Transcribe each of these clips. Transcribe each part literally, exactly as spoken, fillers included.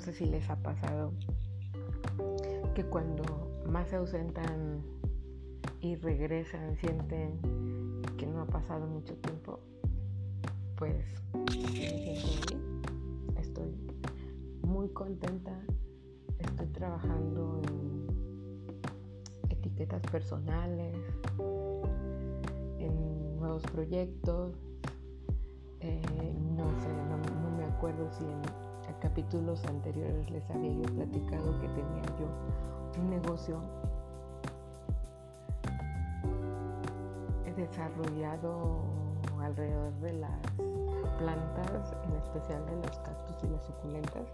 sé si les ha pasado que cuando más se ausentan y regresan sienten que no ha pasado mucho tiempo. Pues así me siento hoy. Estoy muy contenta. Estoy trabajando en etiquetas personales, en nuevos proyectos. Eh, no sé, no, no me acuerdo si en capítulos anteriores les había yo platicado que tenía yo un negocio desarrollado alrededor de las plantas, en especial de los cactus y las suculentas.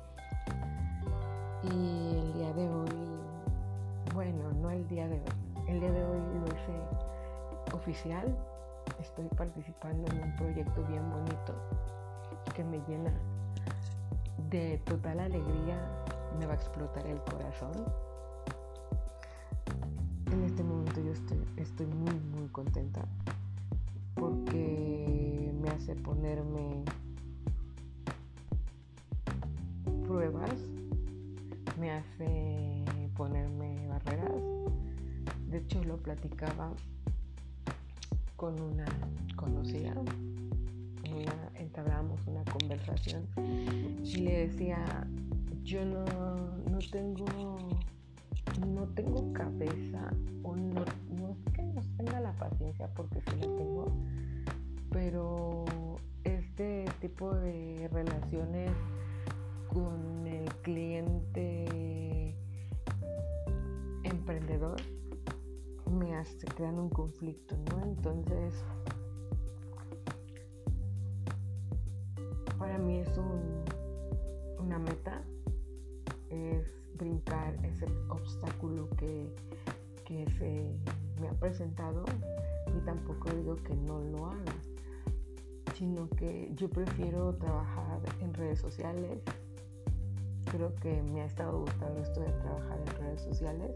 Y el día de hoy, bueno, no el día de hoy, el día de hoy lo hice oficial. Estoy participando en un proyecto bien bonito que me llena de total alegría, me va a explotar el corazón. En este momento yo estoy, estoy muy muy contenta porque me hace ponerme pruebas, me hace ponerme barreras. De hecho lo platicaba con una conocida, una, entablábamos una conversación y le decía, yo no, no tengo no tengo cabeza, o no, no es que no tenga la paciencia, porque sí la tengo, pero este tipo de relaciones con el cliente emprendedor me hace crear un conflicto, ¿no? Entonces para mí es un, una meta, es brincar ese obstáculo que, que se me ha presentado, y tampoco digo que no lo haga, sino que yo prefiero trabajar en redes sociales. Creo que me ha estado gustando esto de trabajar en redes sociales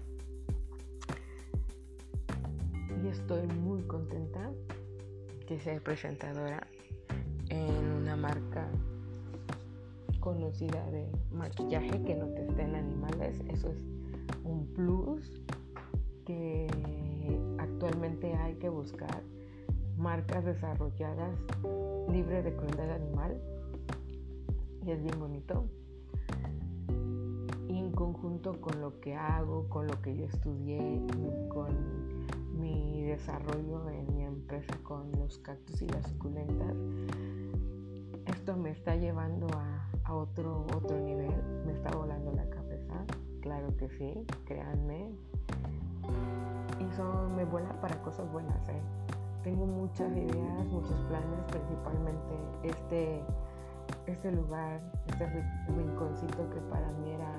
y estoy muy contenta de ser presentadora en una marca conocida de maquillaje que no testen animales. Eso es un plus que actualmente hay que buscar, marcas desarrolladas libres de crueldad animal, y es bien bonito. Y en conjunto con lo que hago, con lo que yo estudié, con mi desarrollo en mi empresa con los cactus y las suculentas, esto me está llevando a, a otro, otro nivel. Me está volando la cabeza, claro que sí, créanme. Y eso me vuela para cosas buenas, ¿eh? Tengo muchas ideas, muchos planes, principalmente este, este lugar, este rinconcito que para mí era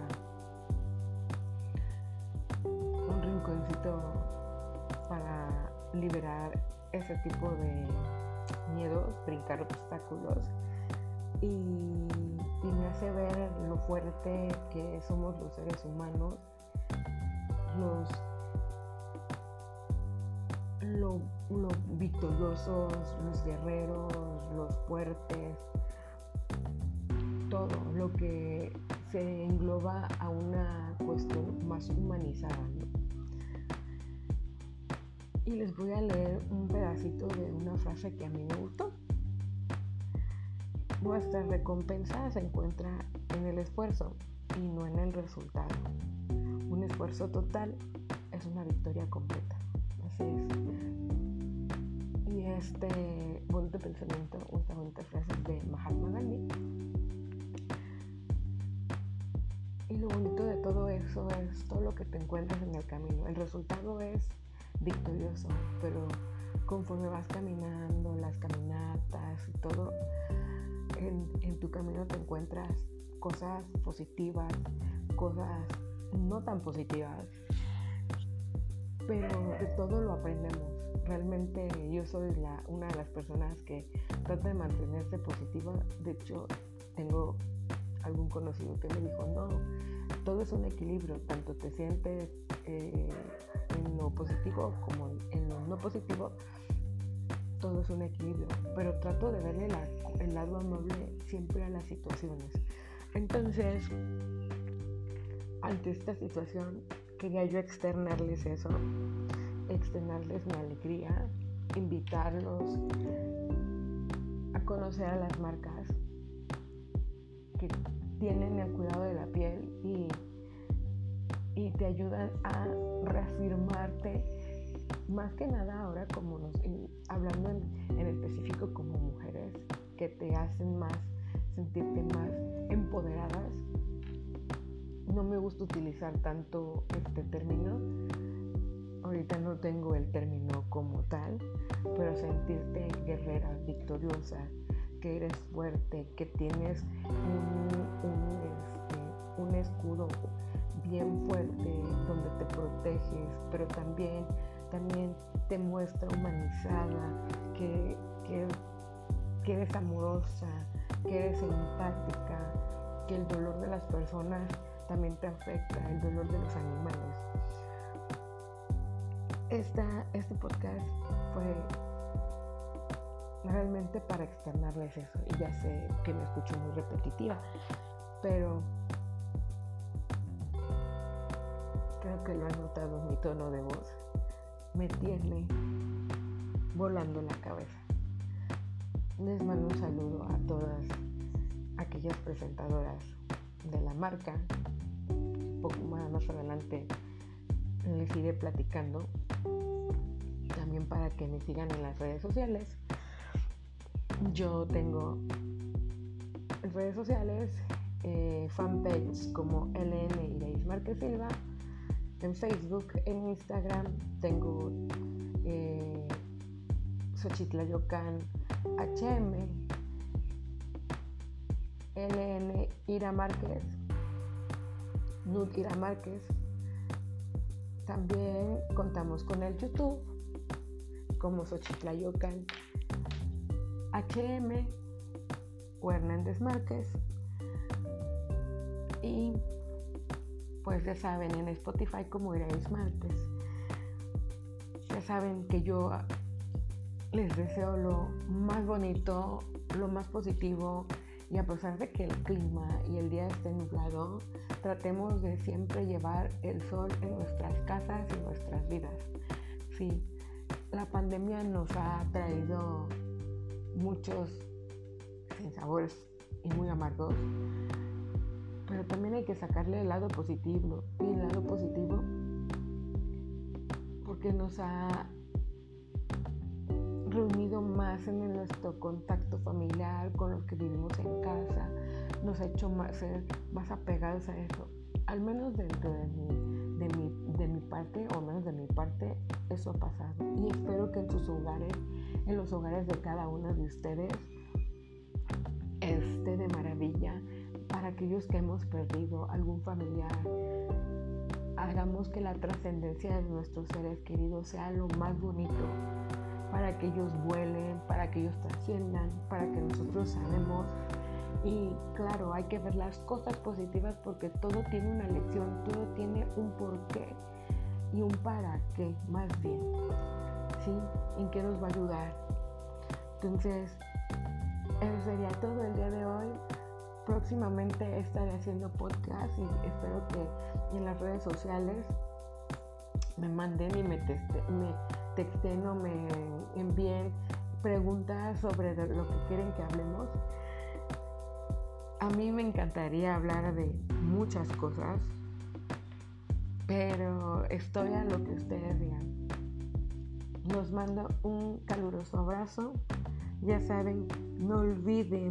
un rinconcito para liberar ese tipo de miedos, brincar obstáculos, y, y me hace ver lo fuerte que somos los seres humanos, los lo, lo victoriosos, los guerreros, los fuertes, todo lo que se engloba a una cuestión más humanizada, ¿no? Y les voy a leer un pedacito de una frase que a mí me gustó. Nuestra recompensa se encuentra en el esfuerzo y no en el resultado. Un esfuerzo total es una victoria completa. Así es. Y este bonito pensamiento, esta bonita frase es de Mahatma Gandhi. Y lo bonito de todo eso es todo lo que te encuentras en el camino. El resultado es victorioso, pero conforme vas caminando, las caminatas y todo, en, en tu camino te encuentras cosas positivas, cosas no tan positivas, pero de todo lo aprendemos. Realmente yo soy la, una de las personas que trata de mantenerse positiva. De hecho, tengo algún conocido que me dijo, no, todo es un equilibrio, tanto te sientes eh, en lo positivo como en lo no positivo, todo es un equilibrio, pero trato de verle la, el lado amable siempre a las situaciones. Entonces, ante esta situación, quería yo externarles eso, externarles mi alegría, invitarlos a conocer a las marcas que tienen el cuidado de la piel y, y te ayudan a reafirmarte, más que nada ahora como nos, hablando en, en específico como mujeres, que te hacen más, sentirte más empoderadas. No me gusta utilizar tanto este término, ahorita no tengo el término como tal, pero sentirte guerrera, victoriosa, que eres fuerte, que tienes un, un, este, un escudo bien fuerte donde te proteges, pero también, también te muestra humanizada, que, que, que eres amorosa, que eres empática, que el dolor de las personas también te afecta, el dolor de los animales. Esta, este podcast fue realmente para externarles eso, y ya sé que me escucho muy repetitiva, pero creo que lo han notado, mi tono de voz me tiene volando la cabeza. Les mando un saludo a todas aquellas presentadoras de la marca. Un poco más, más adelante les iré platicando, también para que me sigan en las redes sociales. Yo tengo en redes sociales eh, fanpage como L N Irais Márquez Silva, en Facebook, en Instagram tengo eh, Xochitlayocan H M, L N Ira Márquez, Nud Ira Márquez. También contamos con el YouTube como Xochitlayocan H M o Hernández Márquez. Y pues ya saben, en Spotify como Irais Márquez. Ya saben que yo les deseo lo más bonito, lo más positivo, y a pesar de que el clima y el día esté nublado, tratemos de siempre llevar el sol en nuestras casas y nuestras vidas. Sí, la pandemia nos ha traído muchos sinsabores y muy amargos, pero también hay que sacarle el lado positivo, y el lado positivo porque nos ha reunido más en nuestro contacto familiar con los que vivimos en casa, nos ha hecho más, ser más apegados a eso. Al menos dentro de mi, de, mi, de mi parte, o menos de mi parte, eso ha pasado. Y espero que en sus hogares, en los hogares de cada uno de ustedes, esté de maravilla. Para aquellos que hemos perdido algún familiar, hagamos que la trascendencia de nuestros seres queridos sea lo más bonito, para que ellos vuelen, para que ellos trasciendan, para que nosotros sanemos. Y claro, hay que ver las cosas positivas, porque todo tiene una lección, todo tiene un porqué y un para qué, más bien, ¿sí? ¿En qué nos va a ayudar? Entonces, eso sería todo el día de hoy. Próximamente estaré haciendo podcast y espero que en las redes sociales me manden y me, teste, me texten o me envíen preguntas sobre lo que quieren que hablemos. A mí me encantaría hablar de muchas cosas, pero estoy a lo que ustedes digan. Los mando un caluroso abrazo. Ya saben, no olviden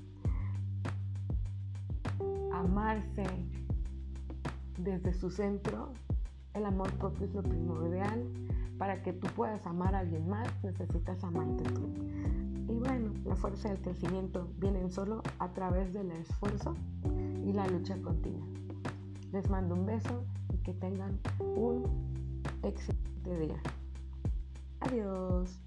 amarse desde su centro. El amor propio es lo primordial. Para que tú puedas amar a alguien más, necesitas amarte tú. Y bueno, la fuerza del crecimiento viene solo a través del esfuerzo y la lucha continua. Les mando un beso y que tengan un excelente día. Adiós.